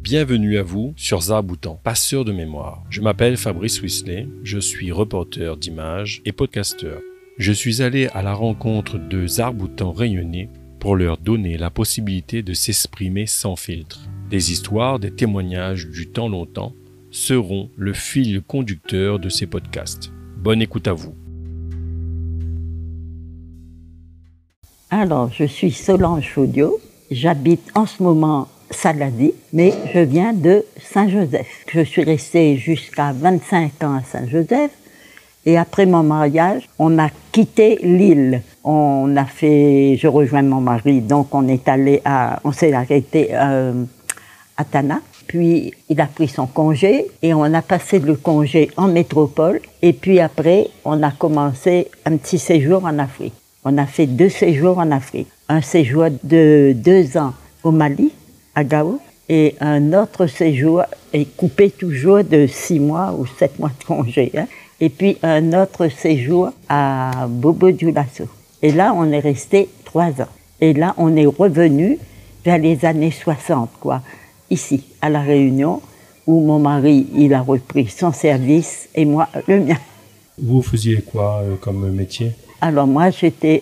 Bienvenue à vous sur Zarboutan, passeur de mémoire. Je m'appelle Fabrice Wisley, je suis reporter d'images et podcasteur. Je suis allé à la rencontre de Zarboutans rayonnés pour leur donner la possibilité de s'exprimer sans filtre. Des histoires, des témoignages du temps longtemps seront le fil conducteur de ces podcasts. Bonne écoute à vous. Alors, je suis Solange Chaudiot, j'habite en ce moment Saladi, mais je viens de Saint-Joseph. Je suis restée jusqu'à 25 ans à Saint-Joseph et après mon mariage, on a quitté l'île. Je rejoins mon mari, donc on s'est arrêté à Tana. Puis il a pris son congé et on a passé le congé en métropole. Et puis après, on a commencé un petit séjour en Afrique. On a fait 2 séjours en Afrique. Un séjour de 2 ans au Mali, à Gao, et un autre séjour est coupé toujours de 6 mois ou 7 mois de congé. Et puis un autre séjour à Bobo-Dioulasso. Et là, on est resté 3 ans. Et là, on est revenu vers les années 60, ici, à La Réunion, où mon mari, il a repris son service et moi, le mien. Vous faisiez quoi comme métier? Alors moi, j'étais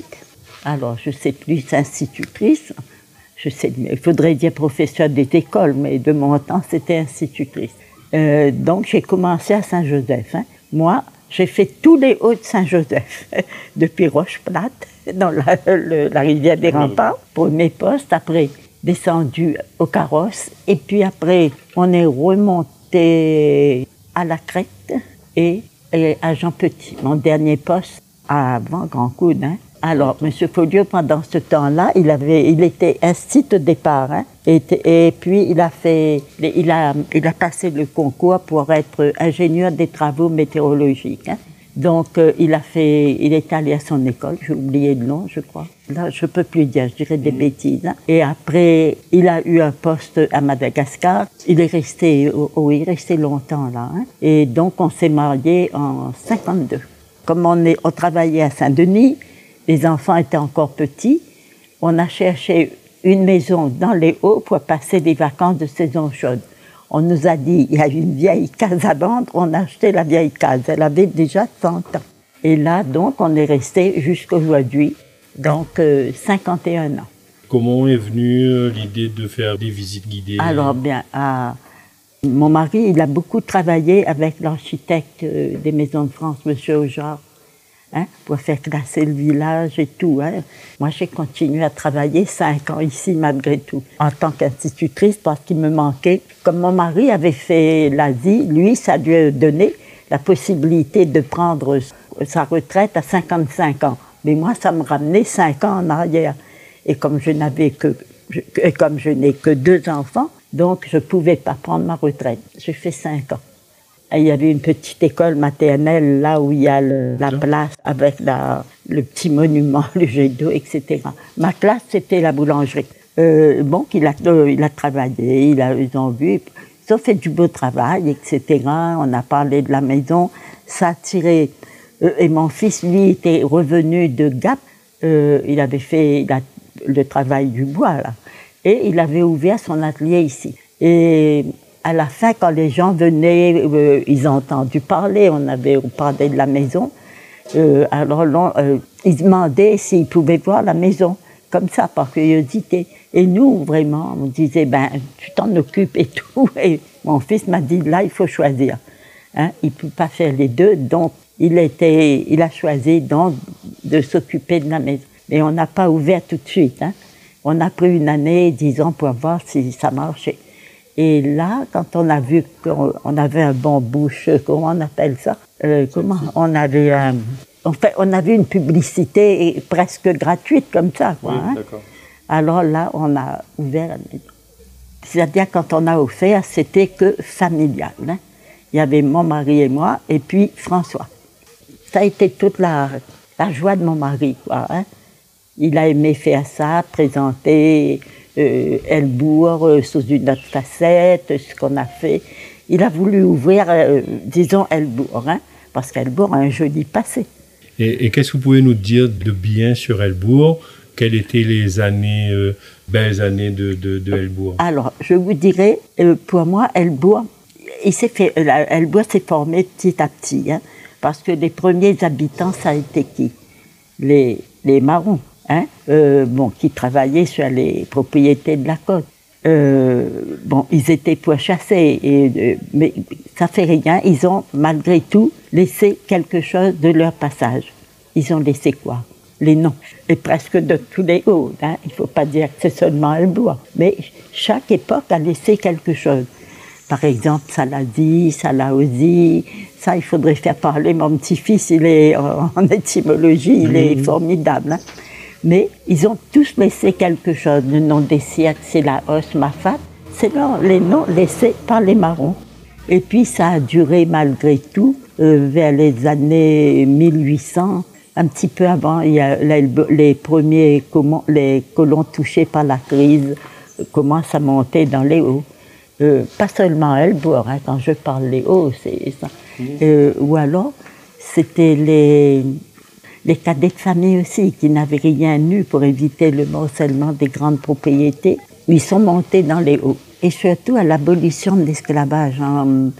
institutrice. Il faudrait dire professeur d'école, mais de mon temps, c'était institutrice. Donc, j'ai commencé à Saint-Joseph. Moi, j'ai fait tous les hauts de Saint-Joseph, depuis Roche-Plate, dans la rivière des Remparts, pour mes postes. Après, descendu au Carrosse. Et puis après, on est remonté à la Crête et à Jean Petit, mon dernier poste avant Grand Coude. Alors, M. Folliot, pendant ce temps-là, il était institut au départ, et puis il a passé le concours pour être ingénieur des travaux météorologiques. Donc, il est allé à son école, j'ai oublié le nom, je crois. Là, je peux plus dire, je dirais des bêtises. Et après, il a eu un poste à Madagascar. Il est resté longtemps là. Et donc, on s'est mariés en 52. Comme on travaillait à Saint-Denis, les enfants étaient encore petits, on a cherché une maison dans les Hauts pour passer des vacances de saison chaude. On nous a dit, il y a une vieille case à vendre, on a acheté la vieille case, elle avait déjà 100 ans. Et là, donc, on est resté jusqu'aujourd'hui, donc 51 ans. Comment est venue l'idée de faire des visites guidées? Alors bien, mon mari, il a beaucoup travaillé avec l'architecte des Maisons de France, M. Aujar, pour faire classer le village et tout. Moi, j'ai continué à travailler 5 ans ici, malgré tout, en tant qu'institutrice, parce qu'il me manquait. Comme mon mari avait fait l'Asie, lui, ça lui a donné la possibilité de prendre sa retraite à 55 ans. Mais moi, ça me ramenait 5 ans en arrière. Et comme je n'ai que 2 enfants, donc je ne pouvais pas prendre ma retraite. J'ai fait 5 ans. Et il y avait une petite école maternelle là où il y a la place avec le petit monument, le jet d'eau, etc. Ma classe, c'était la boulangerie. Il a travaillé, ils ont vu, ils ont fait du beau travail, etc. On a parlé de la maison, ça a tiré. Et mon fils, lui, était revenu de Gap. Il avait fait le travail du bois, là. Et il avait ouvert son atelier ici. Et à la fin, quand les gens venaient, ils ont entendu parler, on parlait de la maison. Alors là, ils demandaient s'ils pouvaient voir la maison, comme ça, par curiosité. Et nous, vraiment, on disait, tu t'en occupes et tout. Et mon fils m'a dit, là, il faut choisir. Il ne peut pas faire les deux, donc il a choisi donc de s'occuper de la maison. Mais on n'a pas ouvert tout de suite. On a pris une année, 10 ans, pour voir si ça marchait. Et là, quand on a vu qu'on avait un bon bouche, comment on appelle ça? On avait une publicité presque gratuite comme ça, Oui, d'accord. Alors là, on a ouvert la maison. C'est-à-dire, quand on a offert, c'était que familial. Il y avait mon mari et moi, et puis François. Ça a été toute la joie de mon mari, Il a aimé faire ça, présenter Elbourg sous une autre facette, ce qu'on a fait. Il a voulu ouvrir, disons, Elbourg, parce qu'Elbourg a un joli passé. Et qu'est-ce que vous pouvez nous dire de bien sur Elbourg? Quelles étaient les années belles années de Helbourg? Alors, je vous dirais, pour moi, Helbourg s'est formé petit à petit, hein, parce que les premiers habitants, ça a été qui? Les Marrons, hein, qui travaillaient sur les propriétés de la côte. Ils étaient pourchassés, mais ça fait rien. Ils ont malgré tout laissé quelque chose de leur passage. Ils ont laissé quoi? Les noms. Et presque de tous les hauts. Hein. Il ne faut pas dire que c'est seulement Helbourg. Mais chaque époque a laissé quelque chose. Par exemple, Saladi, Salaosi. Ça, il faudrait faire parler mon petit-fils. Il est en étymologie, il est formidable. Hein. Mais ils ont tous laissé quelque chose. Le nom des siècles, c'est la Os Mafat. C'est les noms laissés par les Marrons. Et puis ça a duré malgré tout vers les années 1800. Un petit peu avant, il y a les premiers les colons touchés par la crise commencent à monter dans les hauts. Pas seulement à Helbourg, hein, quand je parle les hauts, c'est ça. Ou alors, c'était les cadets de famille aussi, qui n'avaient rien eu pour éviter le morcellement des grandes propriétés. Ils sont montés dans les hauts. Et surtout à l'abolition de l'esclavage en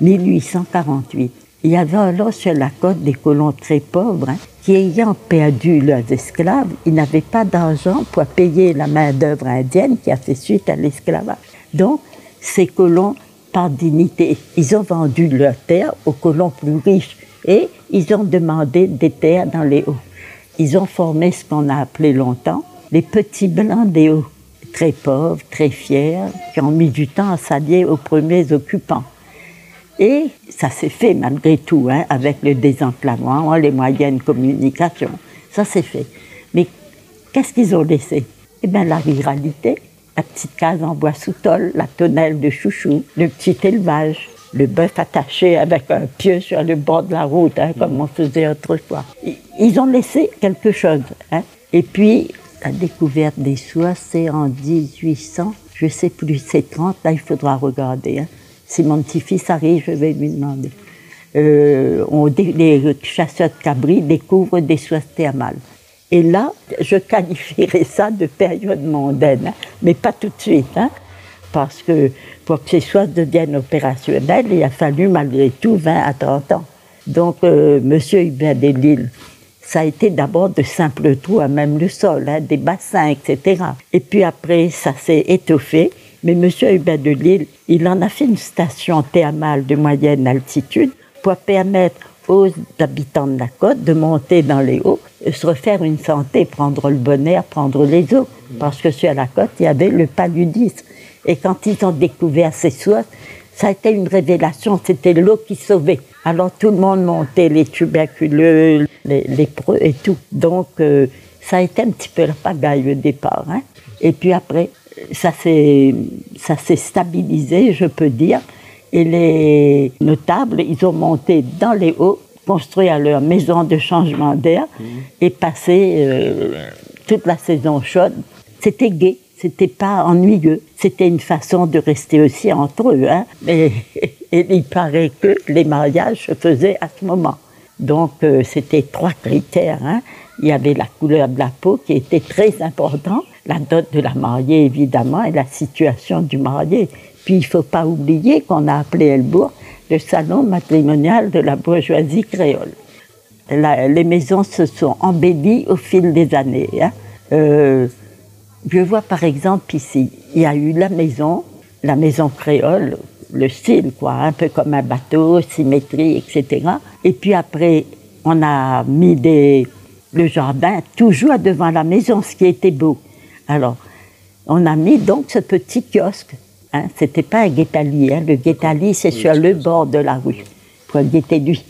1848. Il y avait alors sur la côte des colons très pauvres, hein, qui ayant perdu leurs esclaves, ils n'avaient pas d'argent pour payer la main-d'œuvre indienne qui a fait suite à l'esclavage. Donc, ces colons, par dignité, ils ont vendu leurs terres aux colons plus riches et ils ont demandé des terres dans les hauts. Ils ont formé ce qu'on a appelé longtemps les petits blancs des hauts, très pauvres, très fiers, qui ont mis du temps à s'allier aux premiers occupants. Et ça s'est fait malgré tout, hein, avec le désenclavement, les moyens de communication. Ça s'est fait. Mais qu'est-ce qu'ils ont laissé? Eh bien, la ruralité, la petite case en bois sous tôle, la tonnelle de chouchou, le petit élevage, le bœuf attaché avec un pieu sur le bord de la route, hein, comme on faisait autrefois. Ils ont laissé quelque chose. Hein. Et puis, la découverte des soies, c'est en 1800, je ne sais plus, c'est 30, là il faudra regarder. Hein. Si mon petit-fils arrive, je vais lui demander. Les chasseurs de cabris découvrent des soies thermales. Et là, je qualifierais ça de période mondaine, hein, mais pas tout de suite. Hein, parce que pour que ces soies deviennent opérationnelles, il a fallu malgré tout 20 à 30 ans. Donc, M. Hubert Delisle, ça a été d'abord de simples trous à même le sol, hein, des bassins, etc. Et puis après, ça s'est étoffé. Mais M. Hubert Delisle, il en a fait une station thermale de moyenne altitude pour permettre aux habitants de la côte de monter dans les hauts, se refaire une santé, prendre le bon air, prendre les eaux. Parce que sur la côte, il y avait le paludisme. Et quand ils ont découvert ces sources, ça a été une révélation, c'était l'eau qui sauvait. Alors tout le monde montait, les tuberculeux, les lépreux et tout. Donc ça a été un petit peu la pagaille au départ. Hein. Et puis après, ça s'est stabilisé, je peux dire. Et les notables, ils ont monté dans les hauts, construit à leur maison de changement d'air et passé toute la saison chaude. C'était gai, c'était pas ennuyeux. C'était une façon de rester aussi entre eux. Hein. Et il paraît que les mariages se faisaient à ce moment. Donc c'était 3 critères. Hein. Il y avait la couleur de la peau qui était très importante, la dot de la mariée évidemment et la situation du marié. Puis il ne faut pas oublier qu'on a appelé Helbourg le salon matrimonial de la bourgeoisie créole. Les maisons se sont embellies au fil des années. Hein. Je vois par exemple ici, il y a eu la maison créole, le style quoi, un peu comme un bateau, symétrie, etc. Et puis après, on a mis le jardin toujours devant la maison, ce qui était beau. Alors, on a mis donc ce petit kiosque. Hein, c'était pas un guétali, hein. Le guétali c'est sur le bord de la rue, pour guetter lui.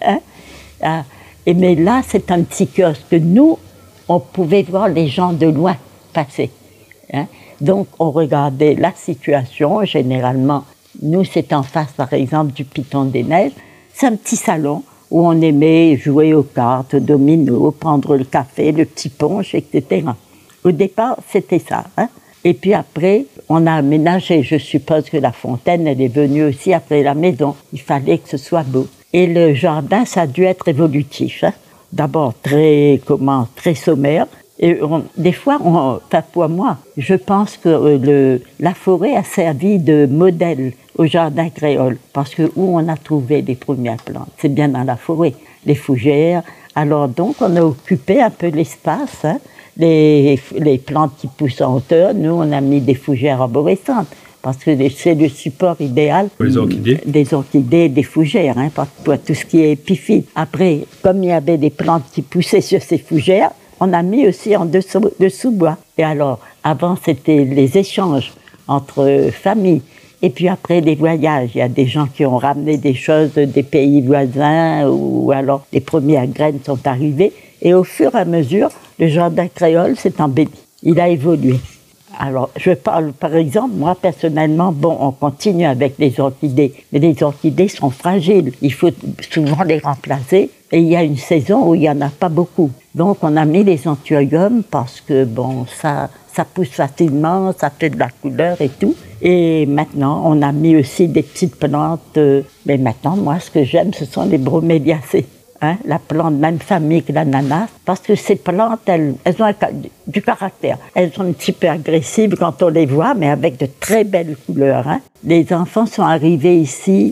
Mais là c'est un petit kiosque. Nous, on pouvait voir les gens de loin passer. Hein. Donc on regardait la situation, généralement, nous c'est en face par exemple du Piton des Neiges, c'est un petit salon où on aimait jouer aux cartes, aux dominos, prendre le café, le petit punch, etc. Au départ c'était ça. Hein. Et puis après, on a aménagé. Je suppose que la fontaine, elle est venue aussi après la maison. Il fallait que ce soit beau. Et le jardin, ça a dû être évolutif. Hein. D'abord très sommaire. Et des fois, enfin pour moi, je pense que la forêt a servi de modèle au jardin créole, parce que où on a trouvé les premières plantes, c'est bien dans la forêt, les fougères. Alors donc, on a occupé un peu l'espace, hein, les plantes qui poussent en hauteur. Nous, on a mis des fougères arborescentes, parce que c'est le support idéal pour les orchidées. Des orchidées, des fougères, hein, pour tout ce qui est épiphyte. Après, comme il y avait des plantes qui poussaient sur ces fougères, on a mis aussi en dessous bois. Et alors, avant, c'était les échanges entre familles. Et puis après, les voyages. Il y a des gens qui ont ramené des choses des pays voisins, ou alors les premières graines sont arrivées. Et au fur et à mesure, le jardin créole s'est embelli. Il a évolué. Alors, je parle, par exemple, moi, personnellement, bon, on continue avec les orchidées, mais les orchidées sont fragiles. Il faut souvent les remplacer. Et il y a une saison où il n'y en a pas beaucoup. Donc, on a mis les anthuriums parce que, bon, ça pousse facilement, ça fait de la couleur et tout. Et maintenant, on a mis aussi des petites plantes. Mais maintenant, moi, ce que j'aime, ce sont les broméliacées. Hein, la plante même famille que l'ananas, parce que ces plantes, elles ont du caractère. Elles sont un petit peu agressives quand on les voit, mais avec de très belles couleurs. Hein. Les enfants sont arrivés ici,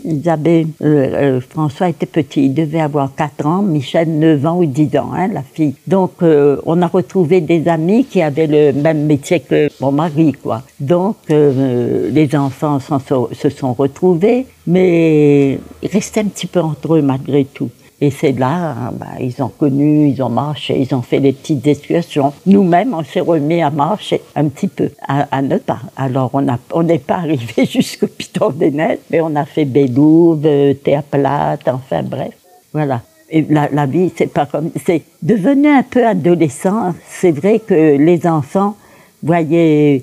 François était petit, il devait avoir 4 ans, Michel 9 ans ou 10 ans, hein, la fille. Donc on a retrouvé des amis qui avaient le même métier que mon mari, quoi. Donc les enfants se sont retrouvés, mais ils restaient un petit peu entre eux malgré tout. Et c'est là, ils ont connu, ils ont marché, ils ont fait des petites excursions. Nous-mêmes, on s'est remis à marcher un petit peu, à notre part. Alors, on n'est pas arrivé jusqu'au Piton des Neiges, mais on a fait Bélouve, Terre Plate, enfin bref, voilà. Et la vie, c'est devenu un peu adolescent. C'est vrai que les enfants perdaient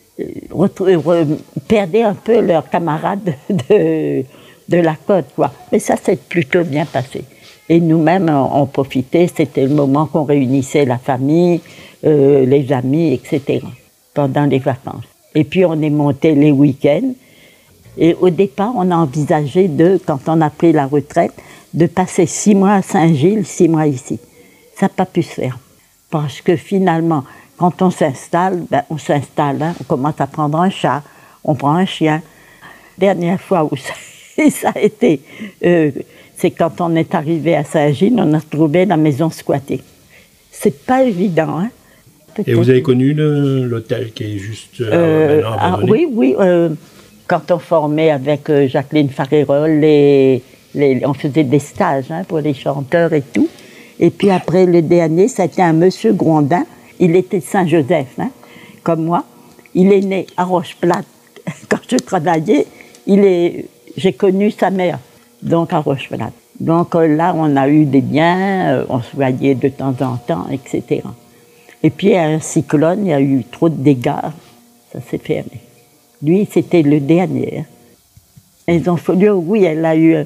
un peu leurs camarades de la côte, quoi. Mais ça s'est plutôt bien passé. Et nous-mêmes, on profitait, c'était le moment qu'on réunissait la famille, les amis, etc., pendant les vacances. Et puis, on est monté les week-ends. Et au départ, on a envisagé quand on a pris la retraite, de passer 6 mois à Saint-Gilles, 6 mois ici. Ça n'a pas pu se faire. Parce que finalement, quand on s'installe, on s'installe, hein, on commence à prendre un chat, on prend un chien. Dernière fois où ça a été... c'est quand on est arrivé à Saint-Gilles, on a trouvé la maison squattée. C'est pas évident, hein. Et vous avez connu l'hôtel qui est juste maintenant abandonné? Oui. Quand on formait avec Jacqueline Farérol, on faisait des stages, hein, pour les chanteurs et tout. Et puis après, le dernier, c'était un monsieur Grondin. Il était de Saint-Joseph, hein, comme moi. Il est né à Roche-Plate. Quand je travaillais, j'ai connu sa mère, donc à Roche-Plate. Donc là, on a eu des biens, on se voyait de temps en temps, etc. Et puis, à un cyclone, il y a eu trop de dégâts, ça s'est fermé. Lui, c'était le dernier. Ils ont fallu, oui, elle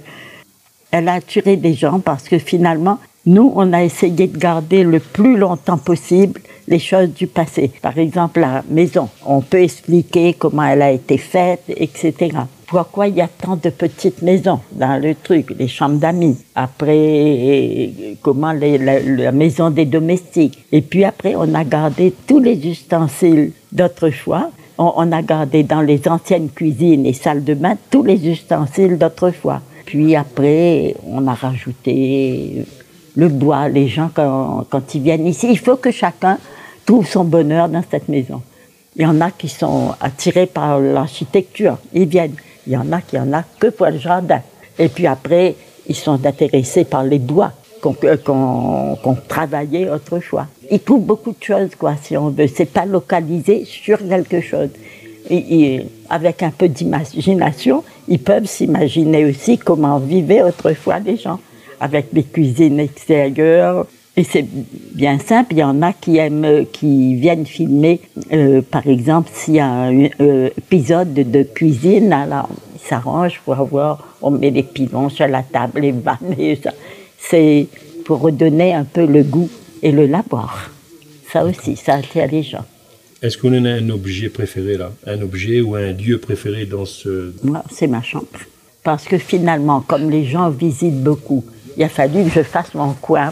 a attiré des gens parce que finalement, nous, on a essayé de garder le plus longtemps possible les choses du passé. Par exemple, la maison, on peut expliquer comment elle a été faite, etc. Pourquoi il y a tant de petites maisons dans le truc, les chambres d'amis. Après, comment la maison des domestiques. Et puis après, on a gardé tous les ustensiles d'autrefois. On a gardé dans les anciennes cuisines et salles de bain tous les ustensiles d'autrefois. Puis après, on a rajouté le bois. Les gens, quand ils viennent ici, il faut que chacun trouve son bonheur dans cette maison. Il y en a qui sont attirés par l'architecture, ils viennent. Il y en a qui en a que pour le jardin. Et puis après, ils sont intéressés par les bois qu'on travaillait autrefois. Ils trouvent beaucoup de choses, quoi, si on veut. C'est pas localisé sur quelque chose. Et avec un peu d'imagination, ils peuvent s'imaginer aussi comment vivaient autrefois les gens, avec des cuisines extérieures. Et c'est bien simple, il y en a qui viennent filmer, par exemple, s'il y a un épisode de cuisine, alors ils s'arrangent pour on met les pilons sur la table, les vannes et ça. C'est pour redonner un peu le goût et le lavoir. Ça aussi, ça attire les gens. Est-ce qu'on en a un objet préféré là? Un objet ou un lieu préféré dans ce... Moi, c'est ma chambre. Parce que finalement, comme les gens visitent beaucoup, il a fallu que je fasse mon coin, moi.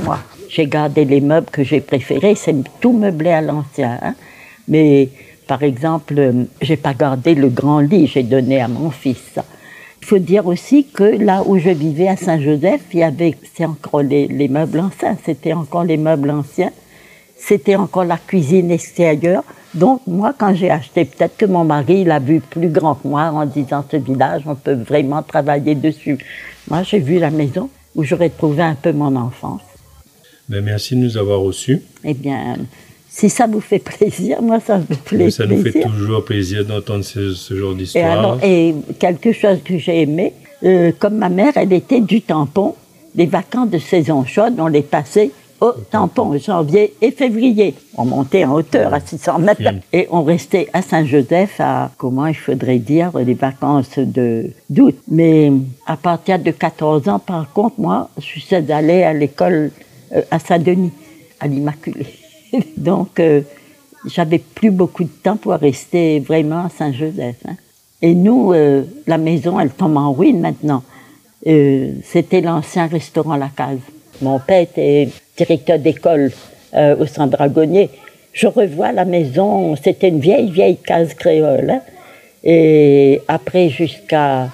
j'ai gardé les meubles que j'ai préférés, c'est tout meublé à l'ancien. Hein. Mais par exemple, j'ai pas gardé le grand lit, j'ai donné à mon fils. Il faut dire aussi que là où je vivais à Saint-Joseph, c'est encore les meubles anciens, c'était encore les meubles anciens, c'était encore la cuisine extérieure. Donc moi, quand j'ai acheté, peut-être que mon mari l'a vu plus grand que moi en disant ce village, on peut vraiment travailler dessus. Moi, j'ai vu la maison où je retrouvais un peu mon enfance. Ben, merci de nous avoir reçus. Eh bien, si ça vous fait plaisir, moi ça me fait plaisir. Ça nous fait toujours plaisir d'entendre ce genre d'histoire. Et quelque chose que j'ai aimé, comme ma mère, elle était du Tampon, les vacances de saison chaude, on les passait au Tampon, janvier et février. On montait en hauteur à 600 mètres et on restait à Saint-Joseph à, comment il faudrait dire, les vacances d'août. Mais à partir de 14 ans, par contre, moi, je suis allée à l'école à Saint-Denis, à l'Immaculée. Donc, j'avais plus beaucoup de temps pour rester vraiment à Saint-Joseph. Hein. Et nous, la maison, elle tombe en ruine maintenant. C'était l'ancien restaurant La Case. Mon père était directeur d'école au Centre Dragonnier. Je revois la maison, c'était une vieille case créole. Hein. Et après, jusqu'à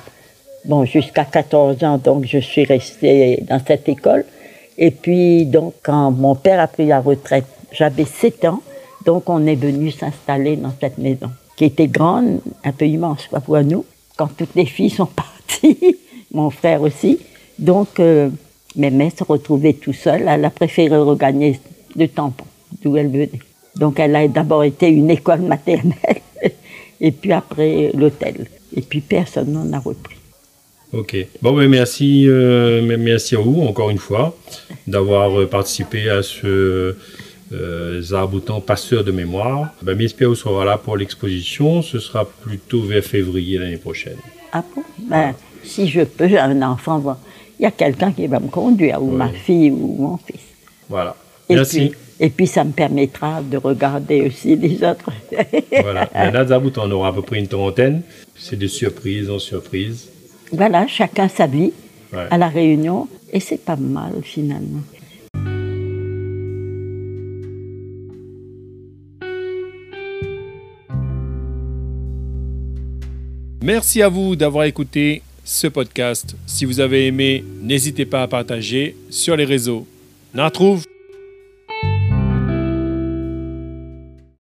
14 ans, donc je suis restée dans cette école. Et puis, donc, quand mon père a pris la retraite, j'avais 7 ans, donc on est venu s'installer dans cette maison, qui était grande, un peu immense pour nous. Quand toutes les filles sont parties, mon frère aussi, donc Mémé se retrouvait tout seule, elle a préféré regagner le Tampon, d'où elle venait. Donc elle a d'abord été une école maternelle, et puis après l'hôtel. Et puis personne n'en a repris. Ok. Bon, ben merci à vous, encore une fois, d'avoir participé à ce Arts-Boutants Passeurs de mémoire. Ben, j'espère que vous serez là pour l'exposition. Ce sera plutôt vers février l'année prochaine. Ah bon? Ben, si je peux, j'ai un enfant, il y a quelqu'un qui va me conduire, ou ma fille, ou mon fils. Voilà. Merci. Et puis ça me permettra de regarder aussi les autres. Voilà. Maintenant, à Arts-Boutants, on aura à peu près une trentaine. C'est de surprise en surprise. Voilà, chacun sa vie à la Réunion, et c'est pas mal finalement. Merci à vous d'avoir écouté ce podcast. Si vous avez aimé, n'hésitez pas à partager sur les réseaux. On retrouve